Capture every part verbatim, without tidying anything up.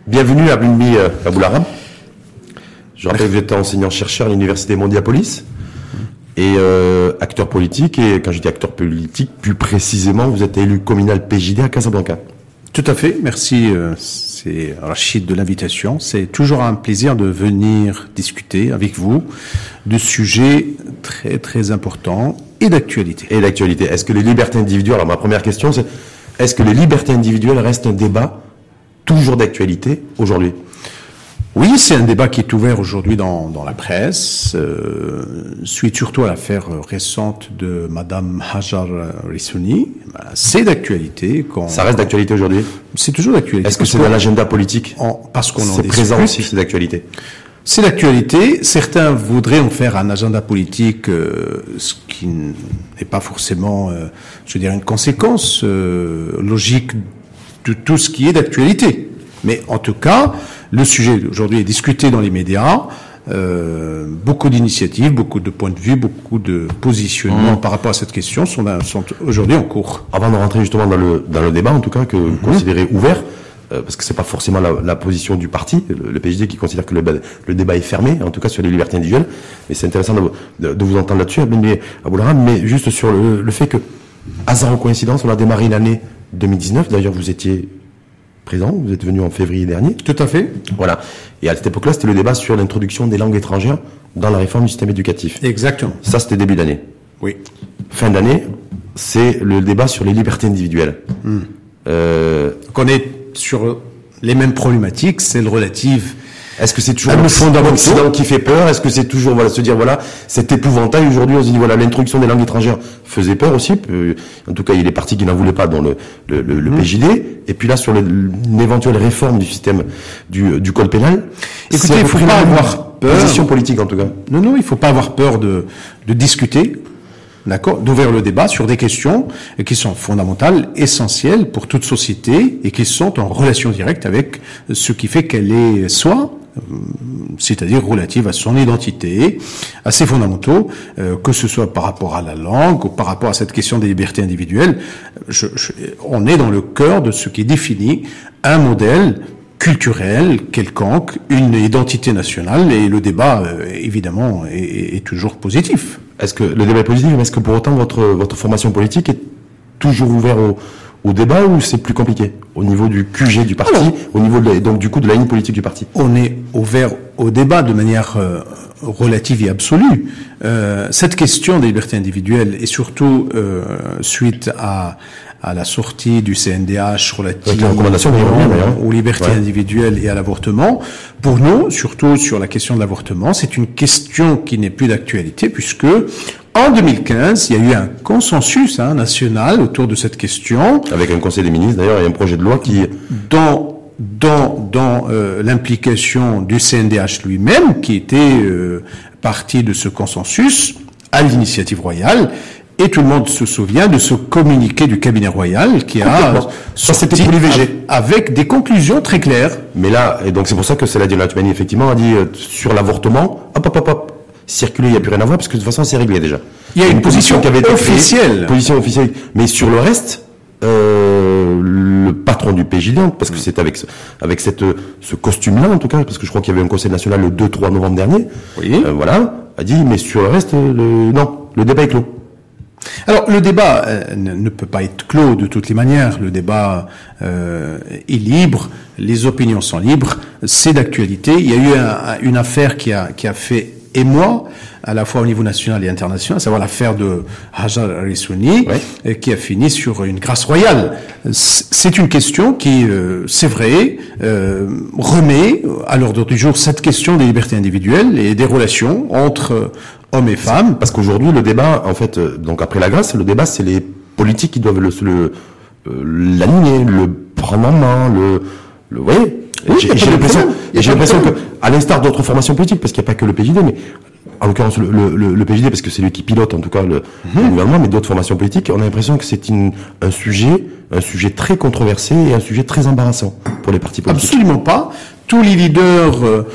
Bienvenue à Abdelmi Aboularab. Je rappelle que vous êtes enseignant-chercheur à l'Université Mondiapolis et euh, acteur politique. Et quand je dis acteur politique, plus précisément, vous êtes élu communal P J D à Casablanca. Tout à fait. Merci, euh, c'est Rachid de l'invitation. C'est toujours un plaisir de venir discuter avec vous de sujets très très importants et d'actualité. Et d'actualité. Est-ce que les libertés individuelles, alors ma première question c'est, est-ce que les libertés individuelles restent un débat toujours d'actualité aujourd'hui? Oui, c'est un débat qui est ouvert aujourd'hui dans, dans la presse, euh, suite surtout à l'affaire récente de Madame Hajar Rissouni. Ben, c'est d'actualité. Quand... Ça reste d'actualité aujourd'hui? C'est toujours d'actualité. Est-ce que c'est dans l'agenda politique? en, Parce qu'on en C'est discute. présent aussi, c'est d'actualité. C'est d'actualité. Certains voudraient en faire un agenda politique, euh, ce qui n'est pas forcément, euh, je veux dire, une conséquence euh, logique de tout ce qui est d'actualité. Mais en tout cas, le sujet aujourd'hui est discuté dans les médias. Euh, beaucoup d'initiatives, beaucoup de points de vue, beaucoup de positionnements mmh. par rapport à cette question sont, sont aujourd'hui en cours. Avant de rentrer justement dans le dans le débat, en tout cas, que vous mmh. considérez ouvert, euh, parce que c'est pas forcément la, la position du parti, le, le P J D qui considère que le, le débat est fermé, en tout cas sur les libertés individuelles. Mais c'est intéressant de, de, de vous entendre là-dessus, Abdelmi Aboularab, mais juste sur le, le fait que, hasard ou coïncidence, on a démarré l'année deux mille dix-neuf. D'ailleurs, vous étiez présent, vous êtes venu en février dernier. Tout à fait. Voilà. Et à cette époque-là, c'était le débat sur l'introduction des langues étrangères dans la réforme du système éducatif. Exactement. Ça, c'était début d'année. Oui. Fin d'année, c'est le débat sur les libertés individuelles. Mmh. Euh... Donc on est sur les mêmes problématiques, celles relatives. Est-ce que c'est toujours l'Occident qui fait peur? Est-ce que c'est toujours, voilà, se dire, voilà, cet épouvantail, aujourd'hui, on se dit, voilà, l'introduction des langues étrangères faisait peur aussi. En tout cas, il y a des partis qui n'en voulaient pas dans le, le, le, le mmh. P J D. Et puis là, sur le, une éventuelle réforme du système du, du code pénal. Écoutez, il faut pas avoir peur. Position politique, en tout cas. Non, non, il faut pas avoir peur de, de discuter. D'accord, d'ouvrir le débat sur des questions qui sont fondamentales, essentielles pour toute société et qui sont en relation directe avec ce qui fait qu'elle est soi, c'est-à-dire relative à son identité, à ses fondamentaux, euh, que ce soit par rapport à la langue ou par rapport à cette question des libertés individuelles. Je, je, on est dans le cœur de ce qui définit un modèle culturel quelconque, une identité nationale, et le débat, euh, évidemment, est, est toujours positif. Est-ce que le débat est positif, mais est-ce que pour autant votre votre formation politique est toujours ouverte au, au débat, ou c'est plus compliqué au niveau du Q G du parti, alors, au niveau de la, donc du coup de la ligne politique du parti? On est ouvert au débat de manière euh, relative et absolue. Euh, cette question des libertés individuelles, et surtout euh, suite à à la sortie du C N D H relative aux libertés ouais. individuelles et à l'avortement. Pour nous, surtout sur la question de l'avortement, c'est une question qui n'est plus d'actualité, puisque en deux mille quinze, il y a eu un consensus hein, national autour de cette question. Avec un conseil des ministres, d'ailleurs, et un projet de loi qui... Dans, dans, dans euh, l'implication du C N D H lui-même, qui était euh, partie de ce consensus, à l'initiative royale. Et tout le monde se souvient de ce communiqué du cabinet royal qui a ça, c'était pour l'I V G avec des conclusions très claires. Mais là, et donc c'est pour ça que Salah Djellabani effectivement a dit euh, sur l'avortement, hop hop hop hop, circuler, il n'y a plus rien à voir parce que de toute façon c'est réglé déjà. Il y a une, une position, position qui avait été officielle, créée, position officielle. Mais sur le reste, euh, le patron du P J D, parce que c'est avec ce, avec cette ce costume-là en tout cas, parce que je crois qu'il y avait un conseil national le deux trois novembre dernier. Oui. Euh, voilà, a dit mais sur le reste, le, non, le débat est clos. Alors le débat euh, ne, ne peut pas être clos de toutes les manières. Le débat euh, est libre, les opinions sont libres, c'est d'actualité. Il y a eu un, une affaire qui a qui a fait émoi à la fois au niveau national et international, à savoir l'affaire de Hajar Rissouni, ouais. qui a fini sur une grâce royale. C'est une question qui, euh, c'est vrai, euh, remet à l'ordre du jour cette question des libertés individuelles et des relations entre hommes et femmes. Parce qu'aujourd'hui, le débat, en fait, donc après la grâce, le débat, c'est les politiques qui doivent le, le euh, l'aligner, le prendre en main, le, le, vous voyez. Oui, j'ai, j'ai l'impression, j'ai l'impression que, à l'instar d'autres formations politiques, parce qu'il n'y a pas que le P J D, mais en l'occurrence le, le, le P J D, parce que c'est lui qui pilote en tout cas le, mmh. le gouvernement, mais d'autres formations politiques, on a l'impression que c'est une, un sujet, un sujet très controversé et un sujet très embarrassant pour les partis politiques. Absolument pas. Tous les leaders euh,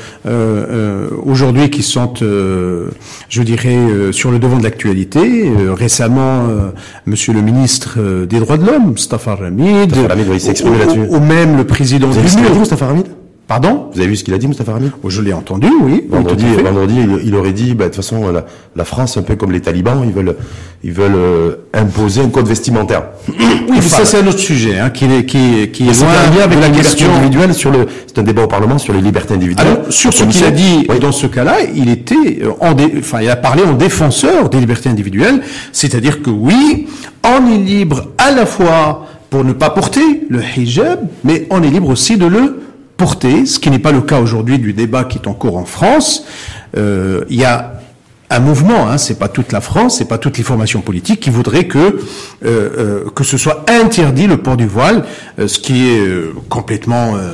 euh, aujourd'hui qui sont, euh, je dirais, euh, sur le devant de l'actualité. Euh, récemment, euh, Monsieur le ministre euh, des Droits de l'Homme, Staffan Hamid, Staffan Hamid, oui, il s'est exprimé là-dessus. Ou même le président du M U R. Staffan Hamid. Pardon? Vous avez vu ce qu'il a dit, Moustapha Hamid? Oh, je l'ai entendu, oui. Vendredi, oui, vendredi, il, il aurait dit, bah, de toute façon, la, la France, un peu comme les talibans, ils veulent, ils veulent euh, imposer un code vestimentaire. Oui, mais ça c'est un autre sujet, hein, qui est qui, qui est c'est loin un lien avec de la la liberté question individuelle sur le. C'est un débat au Parlement sur les libertés individuelles. Alors, sur ce qu'il a dit, oui. Dans ce cas-là, il était, en dé, enfin, il a parlé en défenseur des libertés individuelles, c'est-à-dire que oui, on est libre à la fois pour ne pas porter le hijab, mais on est libre aussi de le porter, ce qui n'est pas le cas aujourd'hui du débat qui est en cours en France. Euh, il y a un mouvement, hein, c'est pas toute la France, c'est pas toutes les formations politiques qui voudraient que euh, euh, que ce soit interdit le port du voile, euh, ce qui est euh, complètement, euh,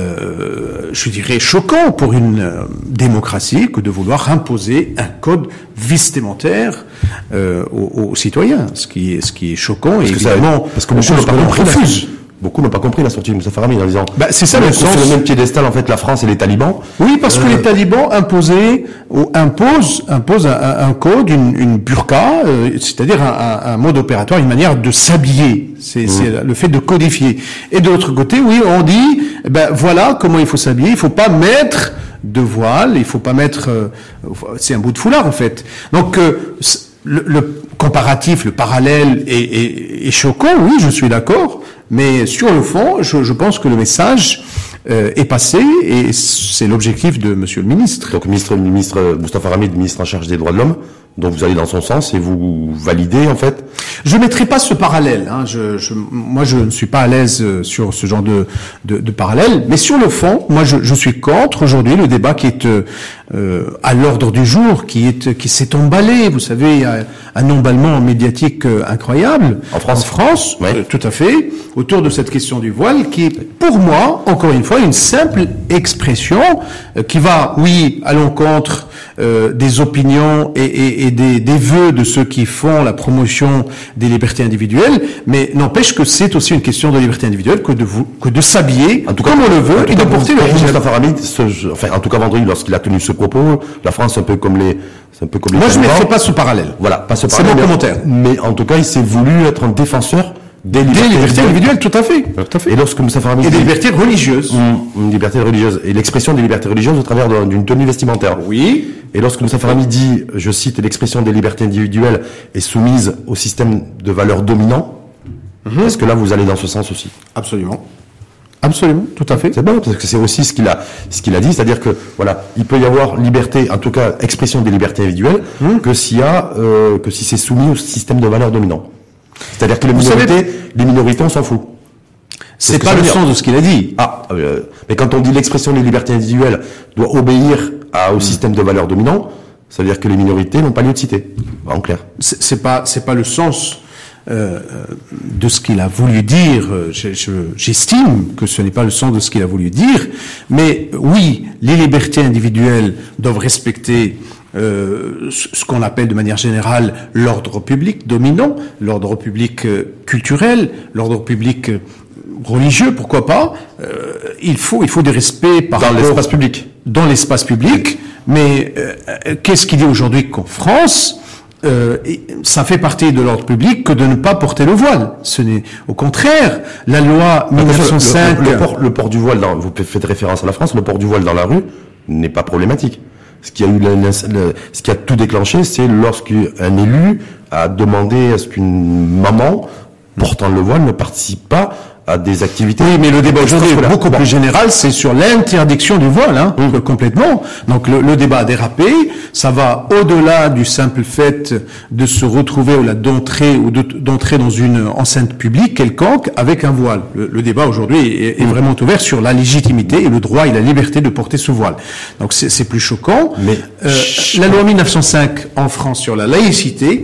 euh, je dirais, choquant pour une euh, démocratie que de vouloir imposer un code vestimentaire euh, aux, aux citoyens, ce qui est ce qui est choquant parce et que évidemment, ça, parce que beaucoup que l'on refuse. Beaucoup n'ont pas compris la sortie de Moustapha Hamid en disant bah, c'est ça le sens. C'est le même piédestal en fait la France et les talibans. Oui, parce euh... que les talibans imposaient ou imposent imposent un, un code, une, une burqa, euh, c'est-à-dire un, un, un mode opératoire, une manière de s'habiller. C'est, mmh. c'est le fait de codifier. Et de l'autre côté, oui, on dit ben voilà comment il faut s'habiller. Il faut pas mettre de voile, il faut pas mettre. Euh, c'est un bout de foulard en fait. Donc euh, le, le comparatif, le parallèle est, est, est choquant. Oui, je suis d'accord. Mais sur le fond, je, je pense que le message euh, est passé et c'est l'objectif de Monsieur le ministre. Donc, ministre, ministre Moustapha Hamid, ministre en charge des droits de l'homme. Donc, vous allez dans son sens et vous validez en fait. Je ne mettrai pas ce parallèle. Hein. Je, je, moi, je ne suis pas à l'aise sur ce genre de, de, de parallèle. Mais sur le fond, moi, je, je suis contre aujourd'hui le débat qui est euh, à l'ordre du jour, qui est qui s'est emballé. Vous savez, il y a un emballement médiatique incroyable en France. En France, oui. euh, tout à fait, autour de cette question du voile, qui est pour moi, encore une fois, une simple expression euh, qui va, oui, à l'encontre euh, des opinions et, et, et des, des vœux de ceux qui font la promotion des libertés individuelles, mais n'empêche que c'est aussi une question de liberté individuelle que de vous, que de s'habiller en tout cas, comme on le veut et de porter le hijab. Moustapha Hamid, ce, enfin, en tout cas vendredi, lorsqu'il a tenu ce propos, la France un peu comme les, c'est un peu comme les. Moi, je ne mettrai pas ce parallèle. Voilà, pas ce parallèle. C'est mon mais, commentaire. Mais en tout cas, il s'est voulu être un défenseur des libertés, des libertés individuelles, tout à fait. Tout à fait. Et lorsque Moustapha Hamid et des libertés religieuses. Une, une liberté religieuse. Et l'expression des libertés religieuses au travers d'une tenue vestimentaire. Oui. Et lorsque Moustapha Hamid dit, je cite, l'expression des libertés individuelles est soumise au système de valeurs dominant, mm-hmm. est-ce que là, vous allez dans ce sens aussi? Absolument. Absolument, tout à fait. C'est bon, parce que c'est aussi ce qu'il a, ce qu'il a dit, c'est-à-dire que, voilà, il peut y avoir liberté, en tout cas, expression des libertés individuelles, mmh. que s'il y a, euh, que si c'est soumis au système de valeurs dominant. C'est-à-dire que les minorités, savez, les minorités, on s'en fout. C'est, c'est pas le sens de ce qu'il a dit. Ah, euh, mais quand on dit l'expression des libertés individuelles doit obéir à, au mmh. système de valeurs dominant, ça veut dire que les minorités n'ont pas lieu de citer, en clair. C'est, c'est pas, c'est pas le sens. Euh, de ce qu'il a voulu dire, je, je, j'estime que ce n'est pas le sens de ce qu'il a voulu dire, mais oui, les libertés individuelles doivent respecter euh, ce qu'on appelle de manière générale l'ordre public dominant, l'ordre public euh, culturel, l'ordre public euh, religieux, pourquoi pas. Euh, il faut, il faut des respects par dans rapport, l'espace public, dans l'espace public. Mais euh, qu'est-ce qu'il dit aujourd'hui qu'en France? Euh, ça fait partie de l'ordre public que de ne pas porter le voile. Ce n'est au contraire la loi mille neuf cent cinq. Le, le, le, port, le port du voile, dans, vous faites référence à la France, le port du voile dans la rue n'est pas problématique. Ce qui a eu, le, le, ce qui a tout déclenché, c'est lorsqu'un élu a demandé à ce qu'une maman portant le voile ne participe pas à des activités. Oui, mais le débat aujourd'hui est beaucoup plus général, c'est sur l'interdiction du voile, hein, mmh. complètement. Donc le, le débat a dérapé, ça va au-delà du simple fait de se retrouver ou là d'entrer ou de, d'entrer dans une enceinte publique quelconque avec un voile. Le, le débat aujourd'hui est, est mmh. vraiment ouvert sur la légitimité et le droit et la liberté de porter ce voile. Donc c'est, c'est plus choquant. Mais euh, la loi mille neuf cent cinq en France sur la laïcité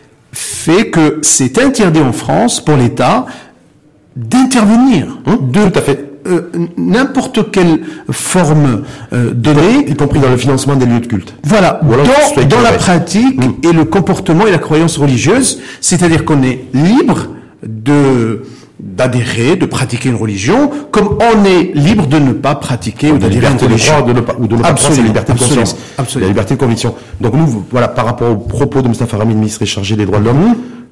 fait que c'est interdit en France pour l'État d'intervenir, hein, de, tout à fait, euh, n'importe quelle forme euh, donnée, y compris dans le financement des lieux de culte. Voilà, dans, dans la pratique mmh. et le comportement et la croyance religieuse, c'est-à-dire qu'on est libre de d'adhérer, de pratiquer une religion, comme on est libre de ne pas pratiquer ou d'adhérer à une religion. De ne pas, ou de ne pas prendre la liberté de absolument, conscience, absolument. la liberté de conviction. Donc nous, voilà, par rapport au propos de Moustapha Hamid, ministre chargé des droits de l'homme,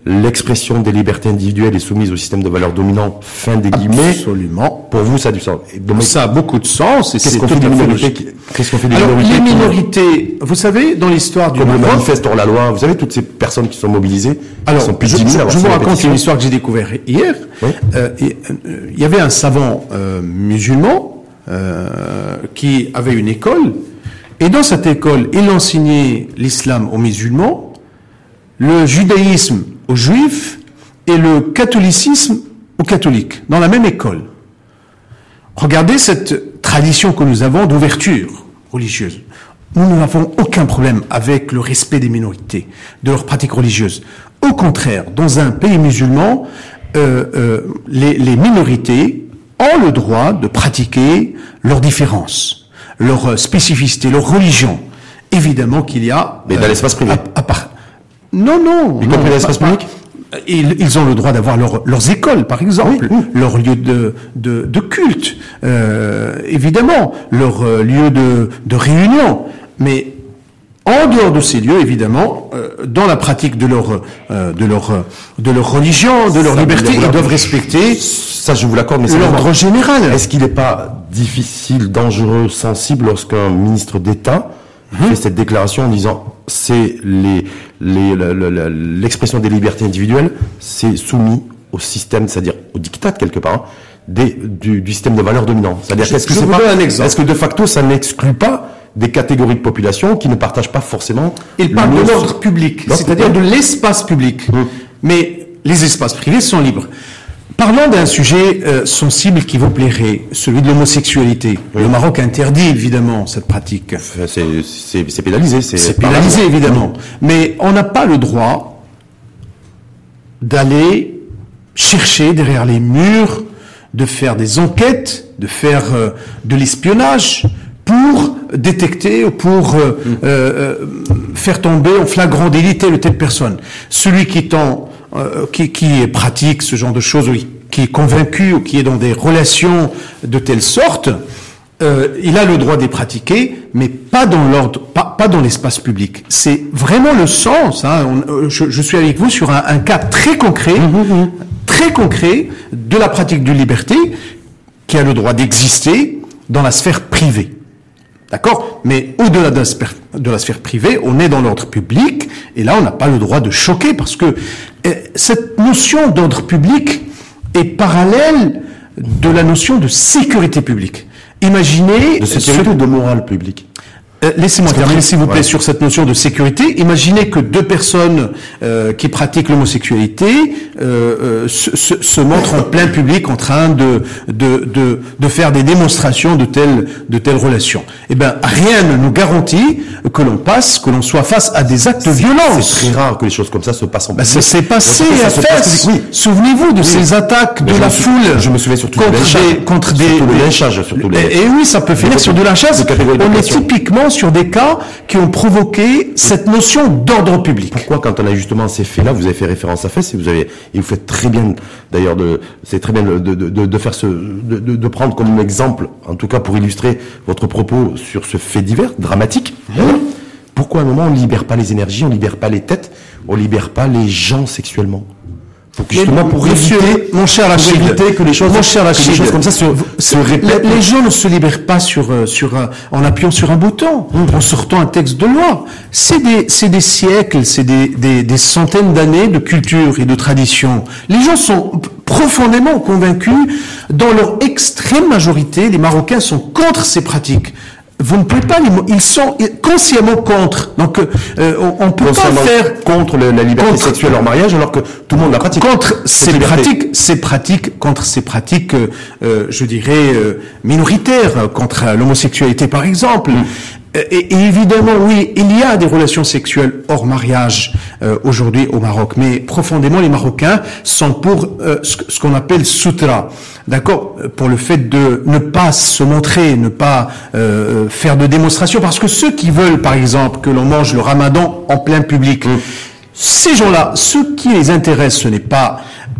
l'expression des libertés individuelles est soumise au système de valeurs dominant, fin des guillemets. Absolument. Pour vous, ça a du sens. Et donc, ça a beaucoup de sens. Et qu'est-ce c'est qu'on fait des minorités qui... Qu'est-ce qu'on fait des Alors, minorités les minorités, vous savez, dans l'histoire du Comme Maroc, le manifeste hors la loi, vous savez, toutes ces personnes qui sont mobilisées, alors, qui sont plus je, de dix mille à je vous raconte pétition. une histoire que j'ai découverte hier. Oui. Euh, et, euh, il y avait un savant euh, musulman euh, qui avait une école, et dans cette école, il enseignait l'islam aux musulmans, le judaïsme aux juifs et le catholicisme aux catholiques, dans la même école. Regardez cette tradition que nous avons d'ouverture religieuse. Nous n'avons aucun problème avec le respect des minorités, de leurs pratiques religieuses. Au contraire, dans un pays musulman, euh, euh, les, les minorités ont le droit de pratiquer leurs différences, leurs spécificités, leur religion. Évidemment qu'il y a... Mais dans euh, l'espace privé. À, à part... Non, non. Y compris l'espace public ? Ils, ils ont le droit d'avoir leur, leurs écoles, par exemple, oui, oui. leur lieu de, de, de culte, euh, évidemment, leur euh, lieu de, de réunion. Mais en dehors de ces lieux, évidemment, euh, dans la pratique de leur, euh, de leur, de leur religion, de leur ça, liberté, ils doivent respecter. Ça, je vous l'accorde, mais c'est l'ordre général. Est-ce qu'il n'est pas difficile, dangereux, sensible lorsqu'un ministre d'État mmh. fait cette déclaration en disant c'est les, les, l'expression des libertés individuelles, c'est soumis au système, c'est-à-dire au diktat quelque part, des, du, du système de valeurs dominant. C'est-à-dire je, qu'est-ce que je c'est vous pas, donne un exemple. Est-ce que de facto ça n'exclut pas des catégories de population qui ne partagent pas forcément. Il parle de l'ordre public, c'est-à-dire de l'espace public. Mmh. Mais les espaces privés sont libres. Parlons d'un sujet euh, sensible qui vous plairait, celui de l'homosexualité. Oui. Le Maroc interdit évidemment cette pratique. Enfin, c'est, c'est, c'est pénalisé. C'est, c'est pénalisé évidemment. Mmh. Mais on n'a pas le droit d'aller chercher derrière les murs, de faire des enquêtes, de faire euh, de l'espionnage pour détecter ou pour euh, mmh. euh, faire tomber en flagrant délit telle ou telle personne. Celui qui tend Euh, qui, qui pratique ce genre de choses, ou qui est convaincu ou qui est dans des relations de telle sorte, euh, il a le droit de les pratiquer, mais pas dans l'ordre, pas, pas dans l'espace public. C'est vraiment le sens. Hein, on, je, je suis avec vous sur un, un cas très concret, mmh. très concret de la pratique de liberté qui a le droit d'exister dans la sphère privée. D'accord ? Mais au-delà de la, sphère, de la sphère privée, on est dans l'ordre public, et là, on n'a pas le droit de choquer, parce que euh, cette notion d'ordre public est parallèle de la notion de sécurité publique. Imaginez... De sécurité ou de morale publique ? Euh, laissez-moi terminer, s'il vous plaît, ouais. sur cette notion de sécurité. Imaginez que deux personnes euh, qui pratiquent l'homosexualité euh, euh, se, se, se montrent en plein public en train de, de, de, de faire des démonstrations de telles de telles relations. Eh ben, rien ne nous garantit que l'on passe, que l'on soit face à des actes c'est, violents. C'est très rare que les choses comme ça se passent en public. Ben, ça s'est passé à Fès. Oui. Souvenez-vous de oui. ces attaques Mais de la suis, foule. Je me souviens surtout contre des, contre des, des, le lynchage, surtout les. Et, et oui, ça peut finir sur de lynchage. On est typiquement sur des cas qui ont provoqué cette notion d'ordre public. Pourquoi, quand on a justement ces faits-là, vous avez fait référence à Fès, et vous avez, et vous faites très bien, d'ailleurs, de, c'est très bien de, de, de, de faire ce, de, de, de prendre comme exemple, en tout cas pour illustrer votre propos sur ce fait divers, dramatique. Mmh. Pourquoi à un moment on libère pas les énergies, on libère pas les têtes, on libère pas les gens sexuellement? Pour que justement, pour Monsieur, éviter, mon cher Rachid, pour éviter que les choses, mon cher Rachid, que les choses comme ça se, se répètent. Les, les gens ne se libèrent pas sur, sur un, en appuyant sur un bouton, mmh. en sortant un texte de loi. C'est des, c'est des siècles, c'est des, des, des centaines d'années de culture et de tradition. Les gens sont profondément convaincus, dans leur extrême majorité, les Marocains sont contre ces pratiques. Vous ne pouvez pas les, ils sont consciemment contre. Donc, euh, on, on peut pas faire contre le, la liberté contre, sexuelle hors mariage, alors que tout le monde la pratique. Contre ces pratiques, ces pratiques, contre ces pratiques, euh, je dirais euh, minoritaires, contre l'homosexualité par exemple. Mm. Et, et évidemment, oui, il y a des relations sexuelles hors mariage euh, aujourd'hui au Maroc, mais profondément, les Marocains sont pour euh, ce, ce qu'on appelle sutra, d'accord, pour le fait de ne pas se montrer, ne pas euh, faire de démonstration, parce que ceux qui veulent, par exemple, que l'on mange le ramadan en plein public, mmh. ces gens-là, ce qui les intéresse, ce n'est pas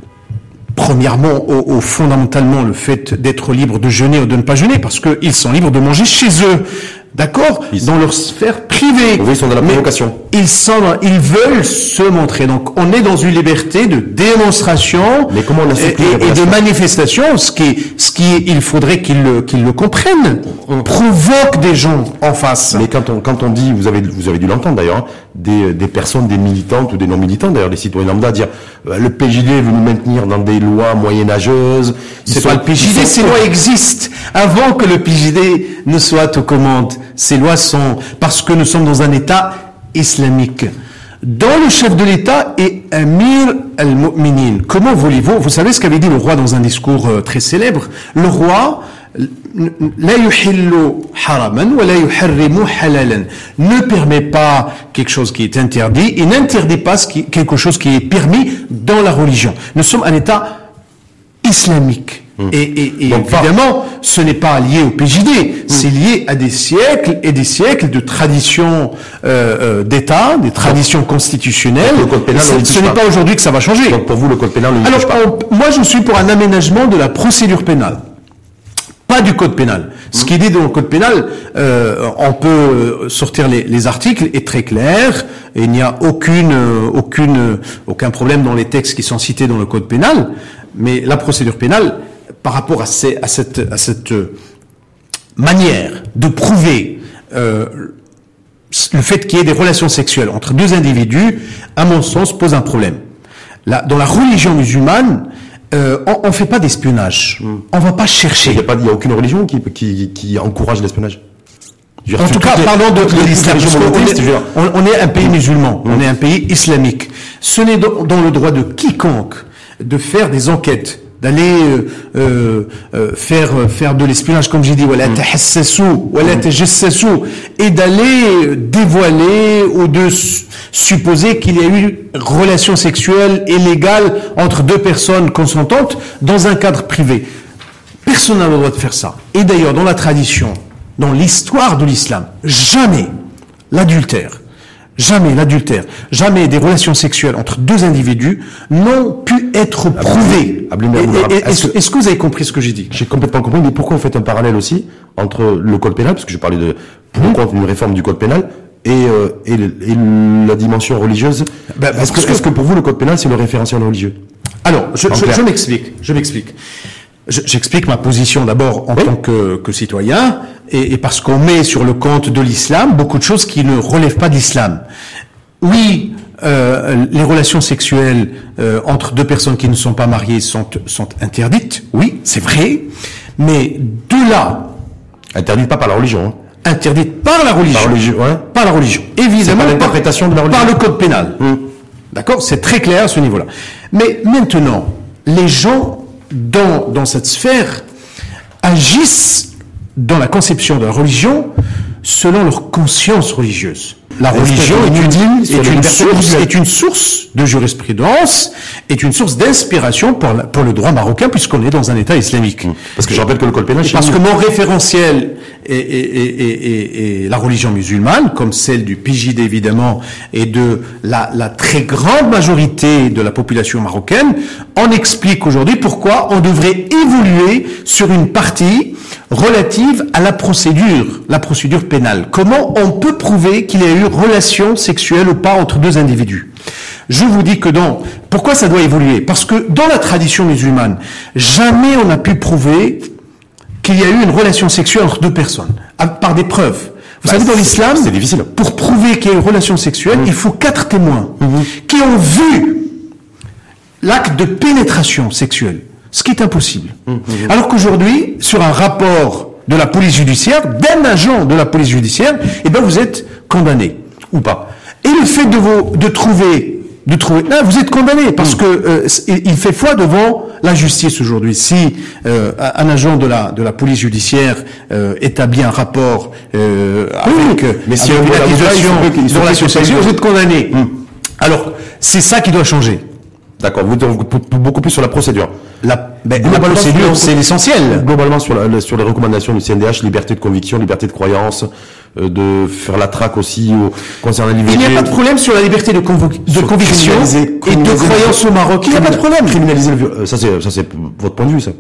premièrement, au, au, fondamentalement, le fait d'être libre de jeûner ou de ne pas jeûner, parce qu'ils sont libres de manger chez eux. d'accord, ils dans leur sphère privée. Oui, ils sont dans la provocation. Ils sont, ils veulent se montrer. Donc, on est dans une liberté de démonstration Mais comment on et, assouplit les et, et de relations manifestation. Ce qui, ce qui, il faudrait qu'ils le, qu'ils le comprennent. On provoque des gens en face. Mais quand on quand on dit, vous avez vous avez dû l'entendre d'ailleurs, hein, des des personnes, des militantes ou des non militants d'ailleurs, des citoyens lambda dire euh, le P J D veut nous maintenir dans des lois moyenâgeuses. Ils C'est sont- pas le P J D, ils sont- ces lois existent avant que le P J D ne soit aux commandes. Ces lois sont parce que nous sommes dans un État islamique, dont le chef de l'État est Amir al-Mu'minin. Comment voulez-vous? Vous savez ce qu'avait dit le roi dans un discours euh, très célèbre. Le roi la yuhillu haraman wa la yuharrimu halalan, ne permet pas quelque chose qui est interdit et n'interdit pas ce qui, quelque chose qui est permis dans la religion. Nous sommes un État islamique. Hum. Et, et, et évidemment, ce n'est pas lié au P J D, hum. c'est lié à des siècles et des siècles de traditions euh, euh, d'État, des traditions donc, constitutionnelles. Le code pénal, ce n'est pas aujourd'hui que ça va changer. Donc pour vous, le code pénal, ne Alors, pas. On, moi, je suis pour un aménagement de la procédure pénale. Pas du code pénal. Ce qui est dit dans le code pénal, euh, on peut sortir les, les articles, est très clair, et il n'y a aucune, aucune, aucun problème dans les textes qui sont cités dans le code pénal, mais la procédure pénale, par rapport à, ces, à cette, à cette manière de prouver euh, le fait qu'il y ait des relations sexuelles entre deux individus, à mon sens, pose un problème. Là, dans la religion musulmane, Euh, on ne fait pas d'espionnage. Mm. On va pas chercher. Il n'y a pas, il y a aucune religion qui, qui, qui encourage l'espionnage. En tout cas, parlons de, de l'islam. On, on, on est un pays musulman. Mm. On est un pays islamique. Ce n'est dans, dans le droit de quiconque de faire des enquêtes, d'aller euh, euh, faire faire de l'espionnage, comme j'ai dit, wala tahassasu, wala tajassasu, et d'aller dévoiler ou de supposer qu'il y a eu relation sexuelle illégale entre deux personnes consentantes dans un cadre privé. Personne n'a le droit de faire ça. Et d'ailleurs, dans la tradition, dans l'histoire de l'islam, jamais l'adultère, jamais l'adultère, jamais des relations sexuelles entre deux individus n'ont pu être prouvées. Est-ce est, est que vous avez compris ce que j'ai dit? J'ai complètement compris, mais pourquoi vous faites un parallèle aussi entre le code pénal, parce que je parlais de pour mmh. contre une réforme du code pénal, et, euh, et, et la dimension religieuse. Ben, est-ce que, que, est-ce que pour vous le code pénal c'est le référentiel religieux? Alors, je, je, je m'explique. Je m'explique. Je, j'explique ma position d'abord en oui. tant que, que citoyen, et, et parce qu'on met sur le compte de l'islam beaucoup de choses qui ne relèvent pas de l'islam. Oui, euh, les relations sexuelles euh, entre deux personnes qui ne sont pas mariées sont, sont interdites. Oui, c'est vrai. Mais de là, interdites pas par la religion. Hein. Interdite par la religion. Par, religion, ouais. par la religion. Évidemment, par l'interprétation de la religion. Par le code pénal. Mmh. D'accord? C'est très clair à ce niveau-là. Mais maintenant, les gens dans, dans cette sphère agissent dans la conception de la religion selon leur conscience religieuse. La religion est une, est, une source, est une source de jurisprudence, est une source d'inspiration pour, la, pour le droit marocain, puisqu'on est dans un État islamique. Mmh. Parce que je rappelle que le code pénal... Parce que mon référentiel est, est, est, est, est la religion musulmane, comme celle du P J D évidemment, et de la, la très grande majorité de la population marocaine, on explique aujourd'hui pourquoi on devrait évoluer sur une partie relative à la procédure, la procédure pénale. Comment on peut prouver qu'il y a eu relation sexuelle ou pas entre deux individus? Je vous dis que dans... Pourquoi ça doit évoluer? Parce que dans la tradition musulmane, jamais on n'a pu prouver qu'il y a eu une relation sexuelle entre deux personnes, par des preuves. Vous bah, savez, dans l'islam, c'est difficile. Pour prouver qu'il y a eu une relation sexuelle, mmh. il faut quatre témoins mmh. qui ont vu l'acte de pénétration sexuelle, ce qui est impossible. Mmh. Alors qu'aujourd'hui, sur un rapport de la police judiciaire, d'un agent de la police judiciaire, eh ben vous êtes condamné ou pas. Et le fait de vous de trouver de trouver là, vous êtes condamné parce mmh. que euh, il fait foi devant la justice aujourd'hui. Si euh, un agent de la de la police judiciaire euh, établit un rapport euh, avec, oui, mais si avec une accusation de relation sexuelle, vous êtes condamné. Mmh. Alors c'est ça qui doit changer. D'accord, vous beaucoup plus sur la procédure. La, ben, la procédure, c'est l'essentiel. Globalement, sur, la, sur les recommandations du C N D H, liberté de conviction, liberté de croyance, euh, de faire la traque aussi au, concernant l'I V G. Il n'y a pas de problème sur la liberté de, convo- de conviction et de croyance au Maroc. Il n'y a pas de problème. Criminaliser le viol. Ça, c'est, ça, c'est votre point de vue, ça.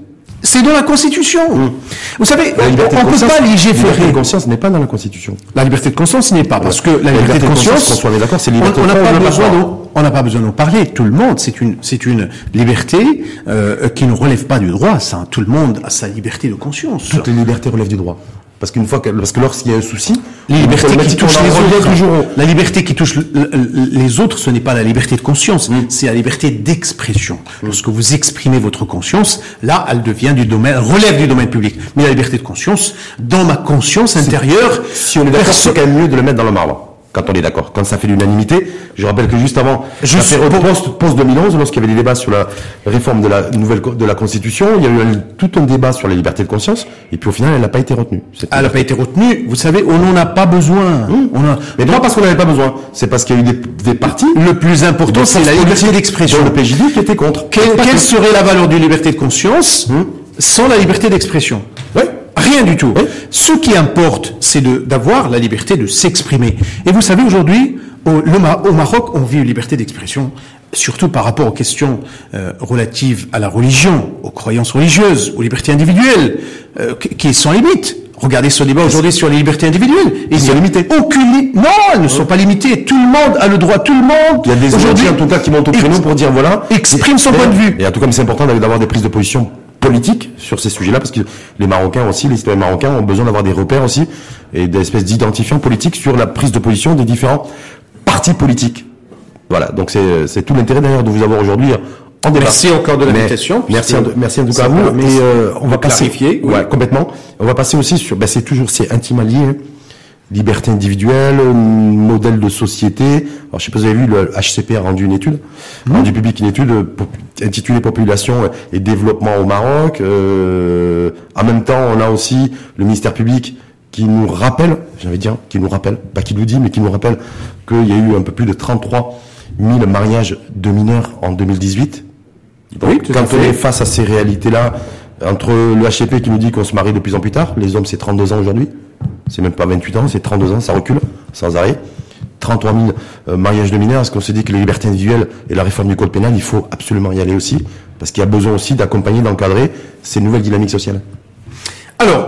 C'est dans la Constitution. Mmh. Vous savez, la liberté on ne peut pas légiférer. La liberté de conscience n'est pas dans la Constitution. La liberté de conscience n'est pas, parce que la, la liberté, liberté de conscience, qu'on soit d'accord, c'est liberté on n'a pas besoin de on n'a pas besoin d'en parler. Tout le monde, c'est une, c'est une liberté euh, qui ne relève pas du droit. Ça, tout le monde a sa liberté de conscience. Toutes les libertés relèvent du droit. Parce qu'une fois que, parce que lorsqu'il y a un souci, les libertés qui touchent les autres, la liberté qui touche les autres, ce n'est pas la liberté de conscience, mmh. c'est la liberté d'expression. Mmh. Lorsque vous exprimez votre conscience, là, elle devient du domaine, relève du domaine public. Mais la liberté de conscience, dans ma conscience intérieure, si on est d'accord, c'est quand même mieux de le mettre dans le marbre. Quand on est d'accord, quand ça fait l'unanimité. Je rappelle que juste avant, juste la période post, post deux mille onze, lorsqu'il y avait des débats sur la réforme de la nouvelle de la Constitution, il y a eu un, tout un débat sur la liberté de conscience, et puis au final, elle n'a pas été retenue. Elle n'a pas été retenue. Vous savez, on n'en a pas besoin. Mmh. On a, mais pas parce qu'on n'avait pas besoin. C'est parce qu'il y a eu des, des partis. Le plus important, c'est la liberté d'expression. Le P J D qui était contre. Quelle, quelle serait la valeur d'une liberté de conscience mmh. sans la liberté d'expression? Oui. Rien du tout. Oui. Ce qui importe, c'est de, d'avoir la liberté de s'exprimer. Et vous savez, aujourd'hui, au, le, au Maroc, on vit une liberté d'expression, surtout par rapport aux questions euh, relatives à la religion, aux croyances religieuses, aux libertés individuelles, euh, qui, qui sont sans limite. Regardez ce débat aujourd'hui sur les libertés individuelles. Ils sont limités. Aucune li- non, elles ne sont pas limitées. Tout le monde a le droit. Tout le monde. Il y a des aujourd'hui, en tout cas, qui montent au créneau pour dire voilà, exprime son point de vue. Et en tout cas, c'est important d'avoir des prises de position politique sur ces sujets-là, parce que les Marocains aussi, les citoyens marocains ont besoin d'avoir des repères aussi, et des espèces d'identifiants politiques sur la prise de position des différents partis politiques. Voilà, donc c'est, c'est tout l'intérêt d'ailleurs de vous avoir aujourd'hui en débat. Merci encore de l'invitation. Merci, en, merci en tout cas à vous, et euh, on va passer, clarifier, ouais, oui. complètement, on va passer aussi sur, ben c'est toujours, c'est intimement lié, hein. Liberté individuelle, modèle de société. Alors, je sais pas si vous avez vu, le H C P a rendu une étude, mmh. rendu public une étude intitulée Population et développement au Maroc. Euh, en même temps, on a aussi le ministère public qui nous rappelle, j'avais dire, qui nous rappelle, pas qui nous dit, mais qui nous rappelle qu'il y a eu un peu plus de trente-trois mille mariages de mineurs en deux mille dix-huit. Donc, oui, quand on est face à ces réalités-là, entre le H C P qui nous dit qu'on se marie de plus en plus tard, les hommes c'est trente-deux ans aujourd'hui, c'est même pas vingt-huit ans, c'est trente-deux ans, ça recule sans arrêt. trente-trois mille euh, mariages de mineurs. Est-ce qu'on se dit que les libertés individuelles et la réforme du code pénal, il faut absolument y aller aussi, parce qu'il y a besoin aussi d'accompagner, d'encadrer ces nouvelles dynamiques sociales? Alors,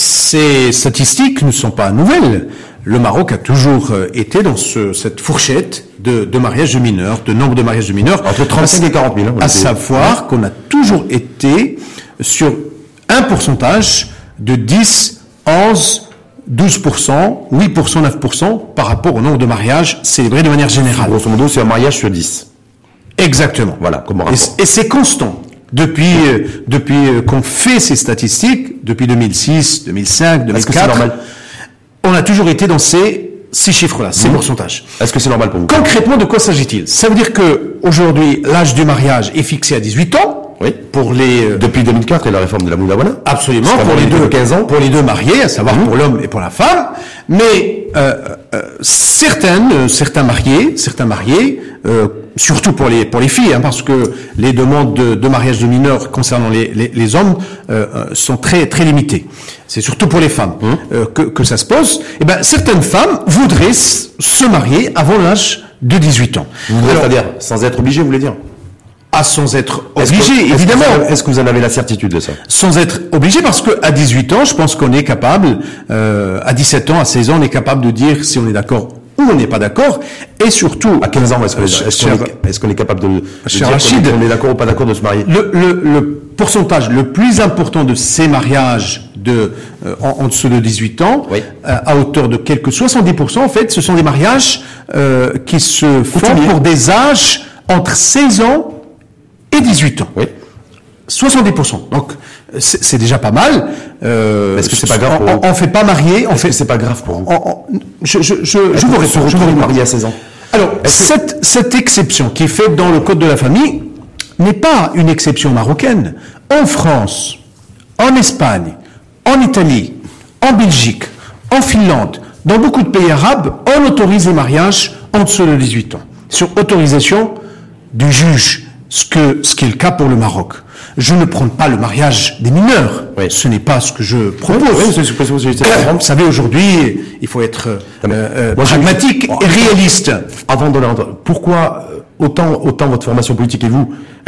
ces statistiques ne sont pas nouvelles. Le Maroc a toujours été dans ce, cette fourchette de, de mariages de mineurs, de nombre de mariages de mineurs. Entre trente-cinq et quarante mille. Hein, à savoir qu'on a toujours été sur un pourcentage de dix, onze, douze pour cent, huit pour cent, neuf pour cent par rapport au nombre de mariages célébrés de manière générale. Grosso modo, c'est un mariage sur dix. Exactement. Voilà, comme rapport. Et, et c'est constant. Depuis, euh, depuis euh, qu'on fait ces statistiques, depuis deux mille six, deux mille cinq, deux mille quatre, est-ce que c'est normal? On a toujours été dans ces, ces chiffres-là, ces mmh. pourcentages. Est-ce que c'est normal pour vous? Concrètement, de quoi s'agit-il? Ça veut dire que aujourd'hui, l'âge du mariage est fixé à dix-huit ans. Oui. Pour les, euh, depuis deux mille quatre et la réforme de la Moulawana. Absolument. Pour les deux, quinze ans. Pour les deux mariés, à savoir mmh. pour l'homme et pour la femme. Mais, euh, euh, certaines, euh, certains mariés, certains mariés, euh, surtout pour les, pour les filles, hein, parce que les demandes de, de mariage de mineurs concernant les, les, les hommes, euh, sont très, très limitées. C'est surtout pour les femmes, mmh. euh, que, que ça se pose. Eh ben, certaines femmes voudraient s- se marier avant l'âge de dix-huit ans. C'est-à-dire, sans être obligé, vous voulez dire? Ah, sans être est-ce obligé, que, évidemment. Est-ce que, est-ce que vous en avez la certitude de ça? Sans être obligé, parce que à dix-huit ans, je pense qu'on est capable, euh, à dix-sept ans, à seize ans, on est capable de dire si on est d'accord ou on n'est pas d'accord, et surtout... À quinze ans, est-ce, que, est-ce, cher, qu'on, est, est-ce qu'on est capable de, de dire Rachid, qu'on est d'accord ou pas d'accord de se marier? Le, le, le pourcentage le plus important de ces mariages de, euh, en, en dessous de dix-huit ans, oui. euh, à hauteur de quelques soixante-dix pour cent, en fait, ce sont des mariages euh, qui se font Coutumier. pour des âges entre seize ans et dix-huit ans. Oui. soixante-dix pour cent. Donc, c'est, c'est déjà pas mal. Euh, Est-ce que c'est pas grave pour on, vous? on fait pas marier. On Est-ce fait. que c'est pas grave pour vous? On, on, je, je, je, je vous réponds. Je vous marier à seize ans. Alors, Est-ce cette, que... cette exception qui est faite dans le Code de la famille n'est pas une exception marocaine. En France, en Espagne, en Italie, en Belgique, en Finlande, dans beaucoup de pays arabes, on autorise les mariages en dessous de dix-huit ans. Sur autorisation du juge. Ce, que, ce qui est le cas pour le Maroc. Je ne prends pas le mariage des mineurs. Oui. Ce n'est pas ce que je propose. Oui, oui, c'est, c'est, c'est, c'est, c'est, Vous savez, aujourd'hui, il faut être euh, euh, pragmatique je... et réaliste. Avant de l'entendre, pourquoi autant, autant votre formation politique et vous êtes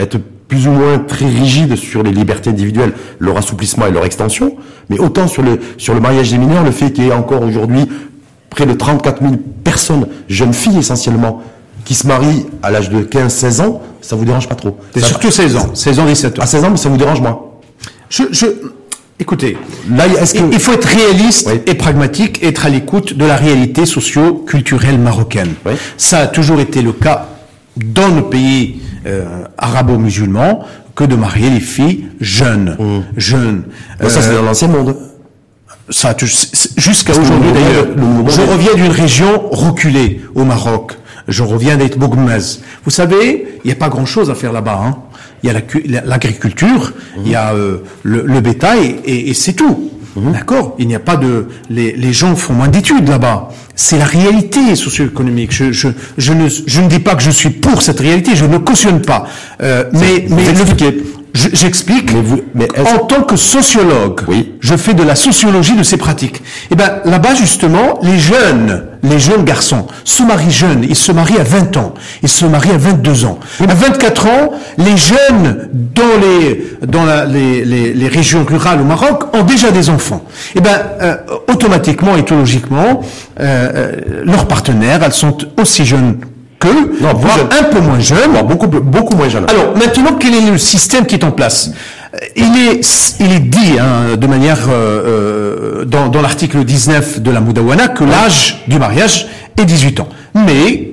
plus ou moins très rigides sur les libertés individuelles, leur assouplissement et leur extension, mais autant sur le sur le mariage des mineurs, le fait qu'il y ait encore aujourd'hui près de trente-quatre mille personnes, jeunes filles essentiellement, qui se marient à l'âge de quinze seize ans, ça vous dérange pas trop? C'est surtout seize ans, seize ans, dix-sept ans. À seize ans, mais ça vous dérange moins? Je, je, écoutez, là, est-ce que... il faut être réaliste oui. et pragmatique, être à l'écoute de la réalité socio-culturelle marocaine. Oui. Ça a toujours été le cas dans nos pays euh, arabo-musulmans, que de marier les filles jeunes, mmh. jeunes. Euh, ça, c'est dans l'ancien monde. Ça, jusqu'à aujourd'hui d'ailleurs. Je reviens d'une région reculée au Maroc. Je reviens d'être Bougmez. Vous savez, il n'y a pas grand-chose à faire là-bas. Hein. Il y a l'agriculture, mmh. il y a euh, le, le bétail, et, et c'est tout. Mmh. D'accord? Il n'y a pas de... Les, les gens font moins d'études là-bas. C'est la réalité socio-économique. Je, je, je, ne, je ne dis pas que je suis pour cette réalité, je ne cautionne pas. Euh, mais mais le, je, j'explique. Mais vous, mais en tant que sociologue, oui. je fais de la sociologie de ces pratiques. Et ben là-bas justement, les jeunes, les jeunes garçons se marient jeunes. Ils se marient à vingt ans. Ils se marient à vingt-deux ans. À vingt-quatre ans, les jeunes dans les dans la, les, les les régions rurales au Maroc ont déjà des enfants. Et ben euh, automatiquement et logiquement, euh, euh, leurs partenaires, elles sont aussi jeunes qu'eux, non, voire un peu moins jeunes. Non, beaucoup beaucoup moins jeunes. Alors maintenant, quel est le système qui est en place? Il est, il est dit hein, de manière euh, dans, dans l'article dix-neuf de la Moudawana que l'âge du mariage est dix-huit ans. Mais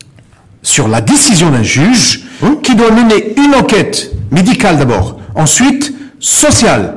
sur la décision d'un juge hum? qui doit mener une enquête médicale d'abord, ensuite sociale,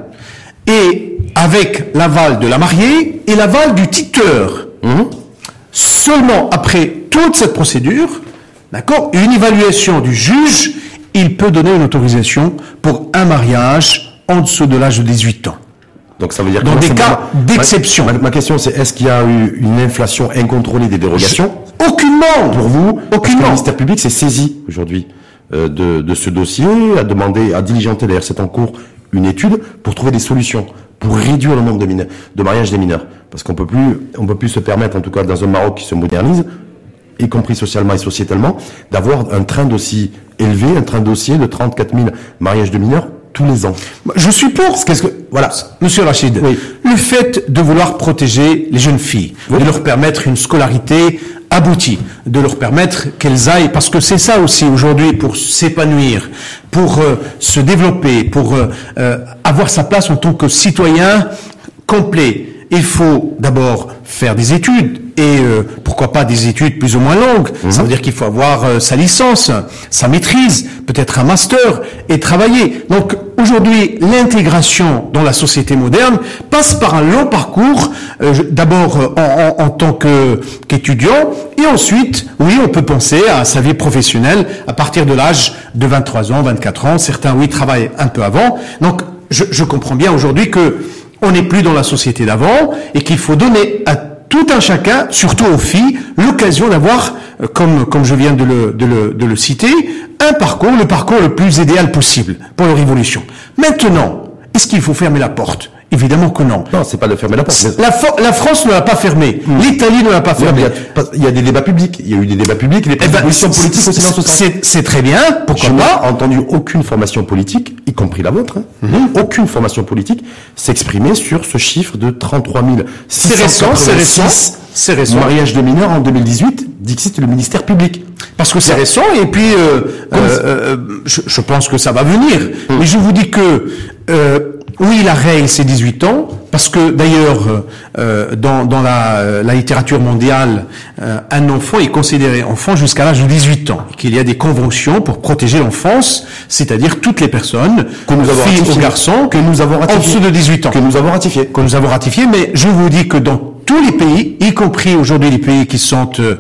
et avec l'aval de la mariée et l'aval du tuteur. Hum? Seulement après toute cette procédure, d'accord, une évaluation du juge, il peut donner une autorisation pour un mariage en dessous de l'âge de dix-huit ans. Donc ça veut dire dans que des cas d'exception. Ma, ma question c'est, est-ce qu'il y a eu une inflation incontrôlée des dérogations? Je, aucunement. Pour vous, aucunement. Le ministère public s'est saisi aujourd'hui euh, de, de ce dossier, a demandé, a diligenté, d'ailleurs c'est en cours, une étude pour trouver des solutions, pour réduire le nombre de, mineurs, de mariages des mineurs. Parce qu'on peut plus, on peut plus se permettre, en tout cas dans un Maroc qui se modernise, y compris socialement et sociétalement, d'avoir un train d'aussi élevé, un train dossier de trente-quatre mille mariages de mineurs tous les ans. Je suis pour. Qu'est-ce que, voilà. Monsieur Rachid, oui. Le fait de vouloir protéger les jeunes filles, oui. de leur permettre une scolarité aboutie, de leur permettre qu'elles aillent, parce que c'est ça aussi aujourd'hui pour s'épanouir, pour euh, se développer, pour euh, euh, avoir sa place en tant que citoyen complet. Il faut d'abord faire des études et euh, pourquoi pas des études plus ou moins longues. Mmh. Ça veut dire qu'il faut avoir euh, sa licence, sa maîtrise, peut-être un master et travailler. Donc aujourd'hui, l'intégration dans la société moderne passe par un long parcours, euh, d'abord euh, en, en, en tant que, qu'étudiant et ensuite, oui, on peut penser à sa vie professionnelle à partir de l'âge de vingt-trois ans, vingt-quatre ans. Certains, oui, travaillent un peu avant. Donc je, je comprends bien aujourd'hui que on n'est plus dans la société d'avant et qu'il faut donner à tout un chacun, surtout aux filles, l'occasion d'avoir, comme comme je viens de le, de le, de le citer, un parcours, le parcours le plus idéal possible pour leur évolution. Maintenant, est-ce qu'il faut fermer la porte? Évidemment que non. Non, c'est pas de fermer la porte. La, la France ne l'a pas fermée. Mmh. L'Italie ne l'a pas fermée. Il y, il y a des débats publics. Il y a eu des débats publics. Des propositions eh ben, politiques aussi dans ce sens. C'est très bien. Pourquoi Je pas? n'ai entendu aucune formation politique, y compris la vôtre, hein, mmh. aucune formation politique, s'exprimer sur ce chiffre de trente-trois mille six cent quatre-vingt-six c'est récent. mariages de mineurs en deux mille dix-huit, dixit le ministère public. Parce que c'est récent et puis euh, euh, euh, je, je pense que ça va venir. Mmh. Mais je vous dis que euh, oui, la règle c'est dix-huit ans, parce que d'ailleurs euh, dans, dans la, la littérature mondiale, euh, un enfant est considéré enfant jusqu'à l'âge de dix-huit ans, et qu'il y a des conventions pour protéger l'enfance, c'est-à-dire toutes les personnes, que nous avons filles ratifié, ou garçons, que nous avons ratifié, en dessous de dix-huit ans, que nous avons ratifié, que nous avons ratifié. Mais je vous dis que dans tous les pays, y compris aujourd'hui les pays qui sont euh,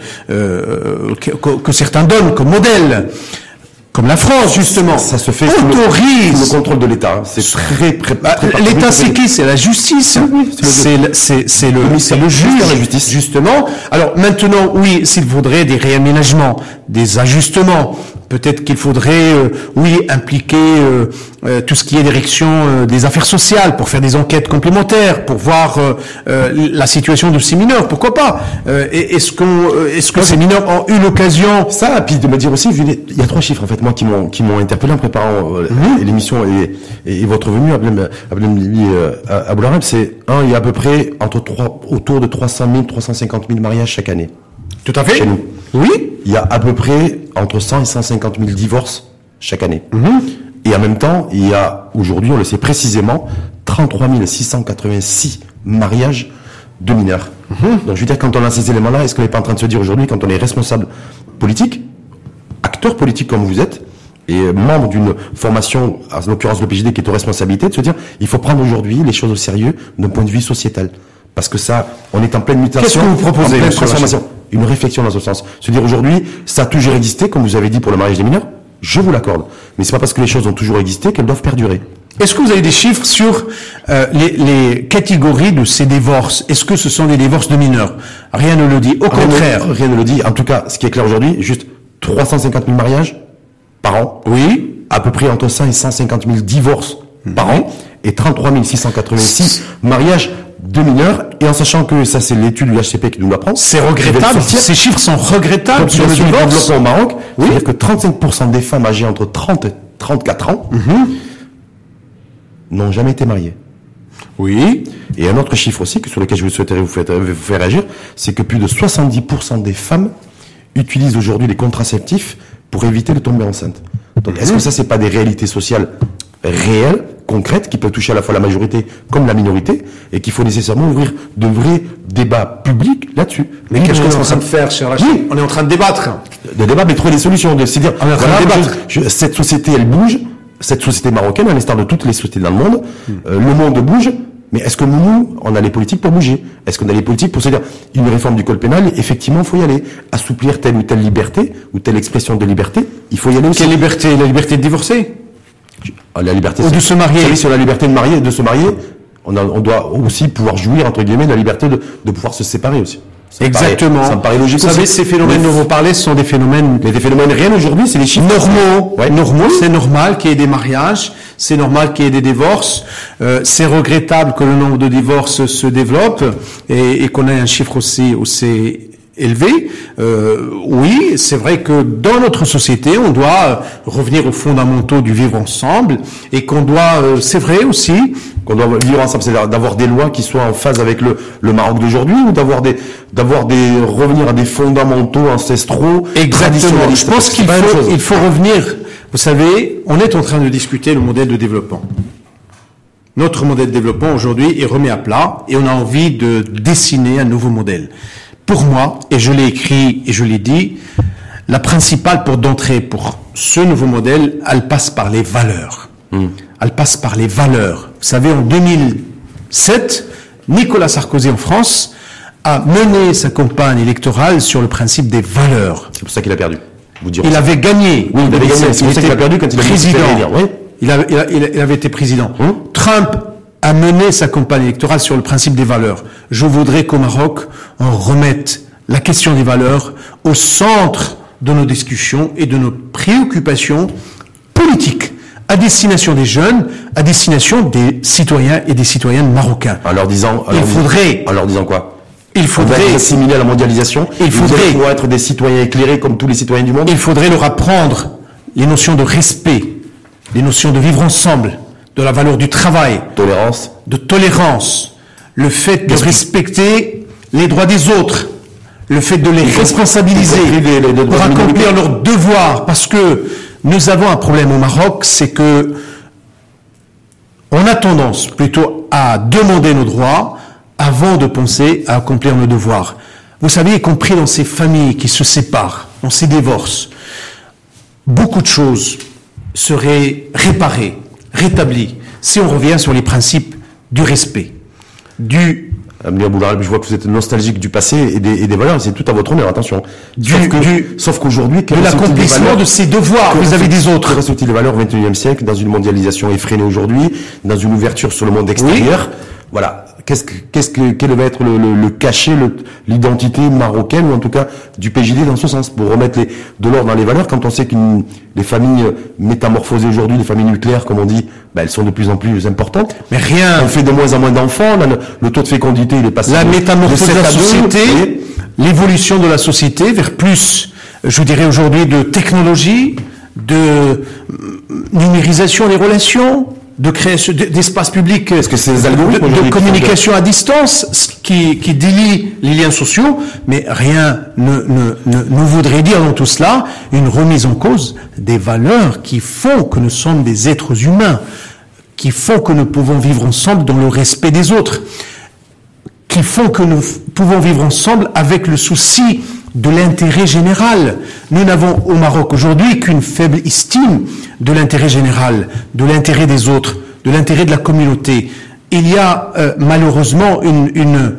euh, que, que certains donnent comme modèle, comme la France justement, ça, ça se fait autorise sous le contrôle de l'État. C'est très, très, très, très l'État, c'est qui? C'est la justice. Oui, c'est le, c'est, c'est le, c'est le juge. La justice. Justement. Alors maintenant, oui, s'il faudrait des réaménagements, des ajustements Peut-être qu'il faudrait, euh, oui, impliquer euh, euh, tout ce qui est direction euh, des affaires sociales pour faire des enquêtes complémentaires, pour voir euh, euh, la situation de ces mineurs. Pourquoi pas euh, Est-ce qu'on, euh, est-ce que ces mineurs ont eu l'occasion? Ça, puis de me dire aussi, il y a trois chiffres en fait, moi qui m'ont qui m'ont interpellé en préparant euh, mmh. l'émission et, et, et votre venue, Abdelmili euh, Aboulareb, c'est un, il y a à peu près entre trois, autour de trois cent mille, trois cent cinquante mille mariages chaque année. Tout à fait. Chez nous. Oui. Il y a à peu près entre cent et cent cinquante mille divorces chaque année. Mmh. Et en même temps, il y a aujourd'hui, on le sait précisément, trente-trois mille six cent quatre-vingt-six mariages de mineurs. Mmh. Donc je veux dire, quand on a ces éléments-là, est-ce qu'on n'est pas en train de se dire aujourd'hui, quand on est responsable politique, acteur politique comme vous êtes, et membre d'une formation, en l'occurrence le P J D, qui est aux responsabilités, de se dire, il faut prendre aujourd'hui les choses au sérieux d'un point de vue sociétal. Parce que ça, on est en pleine mutation. Qu'est-ce que vous proposez, en pleine transformation. Une réflexion dans ce sens. Se dire aujourd'hui, ça a toujours existé, comme vous avez dit pour le mariage des mineurs, je vous l'accorde. Mais c'est pas parce que les choses ont toujours existé qu'elles doivent perdurer. Est-ce que vous avez des chiffres sur euh, les, les catégories de ces divorces? Est-ce que ce sont des divorces de mineurs? Rien ne le dit. Au rien contraire. Ne, rien ne le dit. En tout cas, ce qui est clair aujourd'hui, juste trois cent cinquante mille mariages par an. Oui. À peu près entre cent et cent cinquante mille divorces mmh. par an. Et trente-trois mille six cent quatre-vingt-six mariages de mineurs, et en sachant que ça c'est l'étude du H C P qui nous l'apprend. C'est regrettable, ces chiffres sont regrettables sur le divorce. Au Maroc, oui. C'est-à-dire que trente-cinq pour cent des femmes âgées entre trente et trente-quatre ans mm-hmm. n'ont jamais été mariées. Oui. Et un autre chiffre aussi, que sur lequel je souhaiterais vous faire, vous faire réagir, c'est que plus de soixante-dix pour cent des femmes utilisent aujourd'hui les contraceptifs pour éviter de tomber enceinte. Donc, mm-hmm. est-ce que ça c'est pas des réalités sociales réelles, concrètes, qui peuvent toucher à la fois la majorité comme la minorité, et qu'il faut nécessairement ouvrir de vrais débats publics là-dessus. Mais oui, qu'est-ce qu'on est en train de faire, cher Rachid? Oui. On est en train de débattre. De débattre, mais trouver des solutions. De se dire, on est en train de débattre. Je, je, cette société, elle bouge. Cette société marocaine, à l'instar de toutes les sociétés dans le monde, hmm. euh, le monde bouge. Mais est-ce que nous, on a les politiques pour bouger? Est-ce qu'on a les politiques pour se dire, une réforme du code pénal, effectivement, il faut y aller. Assouplir telle ou telle liberté, ou telle expression de liberté, il faut y aller aussi. Quelle liberté? La liberté de divorcer? La liberté ou de se marier. Sur la liberté de marier, de se marier, on, a, on doit aussi pouvoir jouir, entre guillemets, de la liberté de, de pouvoir se séparer aussi. Ça Exactement. Paraît, ça me paraît logique. Vous savez, ces phénomènes dont vous parlez, ce sont des phénomènes... Mais des phénomènes réels aujourd'hui, c'est les chiffres. Normaux. Ouais. Normaux, c'est normal qu'il y ait des mariages, c'est normal qu'il y ait des divorces. Euh, c'est regrettable que le nombre de divorces se développe et, et qu'on ait un chiffre aussi, aussi élevé. Euh, oui, c'est vrai que dans notre société, on doit revenir aux fondamentaux du vivre ensemble et qu'on doit, euh, c'est vrai aussi, qu'on doit vivre ensemble, c'est-à-dire d'avoir des lois qui soient en phase avec le, le Maroc d'aujourd'hui, ou d'avoir des, d'avoir des, revenir à des fondamentaux ancestraux. Exactement. Je pense qu'il faut, il faut revenir. Vous savez, on est en train de discuter le modèle de développement. Notre modèle de développement aujourd'hui est remis à plat et on a envie de dessiner un nouveau modèle. Pour moi, et je l'ai écrit et je l'ai dit, la principale porte d'entrée pour ce nouveau modèle, elle passe par les valeurs. Mmh. Elle passe par les valeurs. Vous savez, en deux mille sept, Nicolas Sarkozy en France a mené sa campagne électorale sur le principe des valeurs. C'est pour ça qu'il a perdu. Vous il ça. avait gagné. Oui, il avait gagné. C'est pour ça qu'il a perdu quand il a président. Oui. Il, avait, il, a, il avait été président. Mmh. Trump a mené sa campagne électorale sur le principe des valeurs. Je voudrais qu'au Maroc, on remette la question des valeurs au centre de nos discussions et de nos préoccupations politiques, à destination des jeunes, à destination des citoyens et des citoyennes marocains. En leur disant, il faudrait, en leur disant quoi? Il faudrait assimiler à la mondialisation. Il faudrait pouvoir être des citoyens éclairés comme tous les citoyens du monde. Il faudrait leur apprendre les notions de respect, les notions de vivre ensemble, de la valeur du travail, tolérance, de tolérance, le fait de respecter les droits des autres, le fait de les responsabiliser pour accomplir leurs devoirs, parce que nous avons un problème au Maroc, c'est que on a tendance plutôt à demander nos droits avant de penser à accomplir nos devoirs. Vous savez, y compris dans ces familles qui se séparent, dans ces divorces, beaucoup de choses seraient réparées, rétablies, si on revient sur les principes du respect, du... Abdelmili Aboulareb, je vois que vous êtes nostalgique du passé et des, et des valeurs, c'est tout à votre honneur, attention. Du, sauf, que, du, sauf qu'aujourd'hui, de l'accomplissement de ses devoirs vis-à-vis des autres. Que restent-ils les valeurs au vingt et unième siècle, dans une mondialisation effrénée aujourd'hui, dans une ouverture sur le monde extérieur? Oui. Voilà. qu'est-ce que, qu'est-ce que, quel va être le, le, le cachet, le, l'identité marocaine, ou en tout cas du P J D dans ce sens, pour remettre les, de l'ordre dans les valeurs, quand on sait qu'une, les familles métamorphosées aujourd'hui, les familles nucléaires, comme on dit, bah, elles sont de plus en plus importantes. Mais rien. On fait de moins en moins d'enfants, là, le, le taux de fécondité, il est passé. La de, métamorphose de, de la société, deux, l'évolution de la société vers plus, je dirais aujourd'hui, de technologie, de numérisation des relations, de création d'espaces publics, est-ce que c'est les algorithmes de, de communication à distance qui, qui délient les liens sociaux, mais rien ne, ne, ne, ne voudrait dire dans tout cela une remise en cause des valeurs qui font que nous sommes des êtres humains, qui font que nous pouvons vivre ensemble dans le respect des autres, qui font que nous pouvons vivre ensemble avec le souci de l'intérêt général. Nous n'avons au Maroc aujourd'hui qu'une faible estime de l'intérêt général, de l'intérêt des autres, de l'intérêt de la communauté. Il y a euh, malheureusement une, une,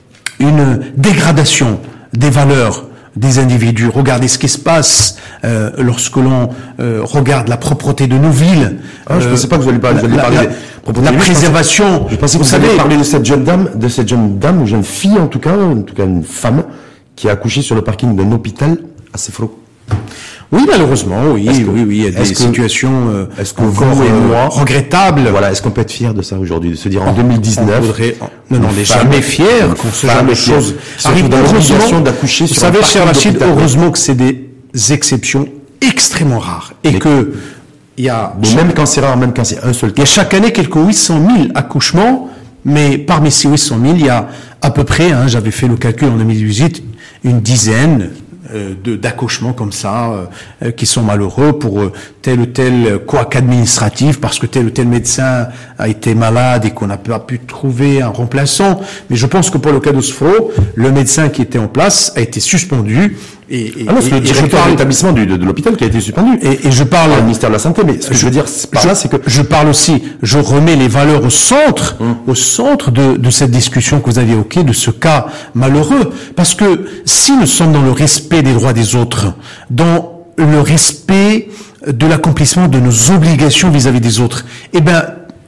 une dégradation des valeurs des individus. Regardez ce qui se passe euh, lorsque l'on euh, regarde la propreté de nos villes. Ah, je ne pensais pas que vous alliez parler, la, la, parler la, la préservation. Je pensais que vous, vous alliez parler de cette jeune dame, de cette jeune dame, ou jeune fille en tout cas, en tout cas une femme, qui a accouché sur le parking d'un hôpital à Seflo. Oui, malheureusement, oui, que, oui, oui, il y a des que, situations euh, est-ce que vous et moi, regrettables. Voilà, est-ce qu'on peut être fier de ça aujourd'hui, de se dire en deux mille dix-neuf, on voudrait, non, non, on n'est jamais fier quand ce genre de choses arrive dans l'obligation d'accoucher sur un parking d'hôpital. Vous savez, cher Rachid, heureusement que c'est des exceptions extrêmement rares et mais, que il y a. Mais même quand c'est rare, même quand c'est un seul cas. Il y a chaque année quelques huit cent mille accouchements, mais parmi ces huit cent mille, il y a à peu près, hein, j'avais fait le calcul en deux mille dix-huit, une dizaine euh, de d'accouchements comme ça euh, qui sont malheureux pour euh, tel ou tel couac administratif parce que tel ou tel médecin a été malade et qu'on n'a pas pu trouver un remplaçant. Mais je pense que pour le cas d'Osfro, le médecin qui était en place a été suspendu. Et, et, ah non, c'est et, le directeur de l'établissement de, de l'hôpital qui a été suspendu. Et, et je parle au ministère de la Santé, mais ce que je, je veux dire par je, là, c'est que je parle aussi, je remets les valeurs au centre, hum. au centre de, de cette discussion que vous avez évoquée, de ce cas malheureux. Parce que si nous sommes dans le respect des droits des autres, dans le respect de l'accomplissement de nos obligations vis-à-vis des autres, eh ben,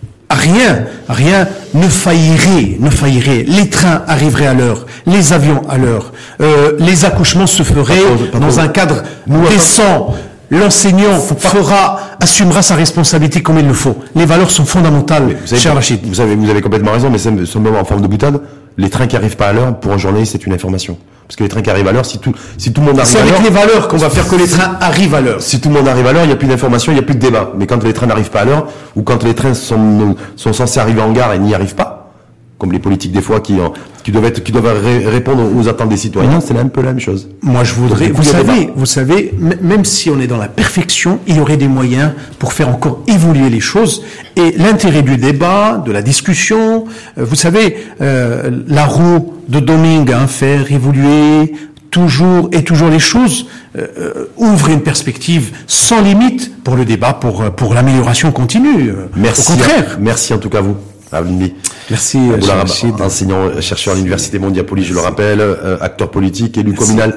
rien, rien ne faillirait, ne faillirait. Les trains arriveraient à l'heure, les avions à l'heure, euh, les accouchements se feraient pas pas dans pas un cadre nous, décent. L'enseignant fera, assumera sa responsabilité comme il le faut. Les valeurs sont fondamentales, cher Rachid. Vous avez, vous avez complètement raison, mais c'est simplement en forme de boutade. Les trains qui arrivent pas à l'heure, pour un journaliste, c'est une information. Parce que les trains qui arrivent à l'heure, si tout, si tout le monde arrive à l'heure. C'est avec les valeurs qu'on va faire que les trains arrivent à l'heure. Si tout le monde arrive à l'heure, il n'y a plus d'information, il n'y a plus de débat. Mais quand les trains n'arrivent pas à l'heure, ou quand les trains sont, sont censés arriver en gare et n'y arrivent pas, comme les politiques des fois qui, qui doivent être, qui doivent ré- répondre aux attentes des citoyens, mmh. c'est un peu la même chose. Moi, je voudrais, vous savez, vous savez, m- même si on est dans la perfection, il y aurait des moyens pour faire encore évoluer les choses. Et l'intérêt du débat, de la discussion, euh, vous savez, euh, la roue de Domingue, hein, faire évoluer toujours et toujours les choses, euh, ouvre une perspective sans limite pour le débat, pour, pour l'amélioration continue. Merci. Au contraire. À, merci en tout cas à vous. Merci, Rachid, enseignant, chercheur à l'université Mondiapolis, je le rappelle, euh, acteur politique, élu Merci. communal,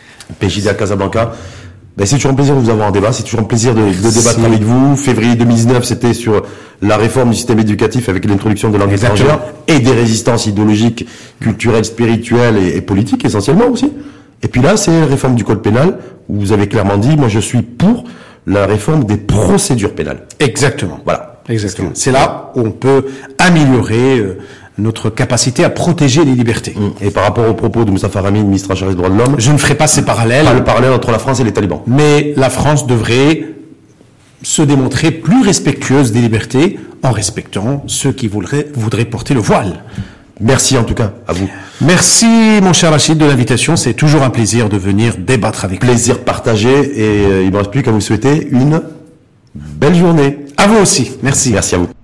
P J D à Casablanca. Ben, c'est toujours un plaisir de vous avoir en débat, c'est toujours un plaisir de, de débattre avec vous. Février deux mille dix-neuf, c'était sur la réforme du système éducatif avec l'introduction de langue étrangère et des résistances idéologiques, culturelles, spirituelles et, et politiques essentiellement aussi. Et puis là, c'est la réforme du code pénal où vous avez clairement dit, moi je suis pour la réforme des procédures pénales. Exactement. Voilà. Exactement. C'est là où on peut améliorer euh, notre capacité à protéger les libertés. Et par rapport aux propos de Moussa Farami, ministre chargé des droits de l'homme, je ne ferai pas ces parallèles. Pas le parallèle entre la France et les talibans. Mais la France devrait se démontrer plus respectueuse des libertés en respectant ceux qui voudraient, voudraient porter le voile. Merci en tout cas à vous. Merci mon cher Rachid de l'invitation. C'est toujours un plaisir de venir débattre avec vous. Plaisir partagé et euh, il ne me reste plus qu'à vous souhaiter une belle journée. À vous aussi. Merci. Merci à vous.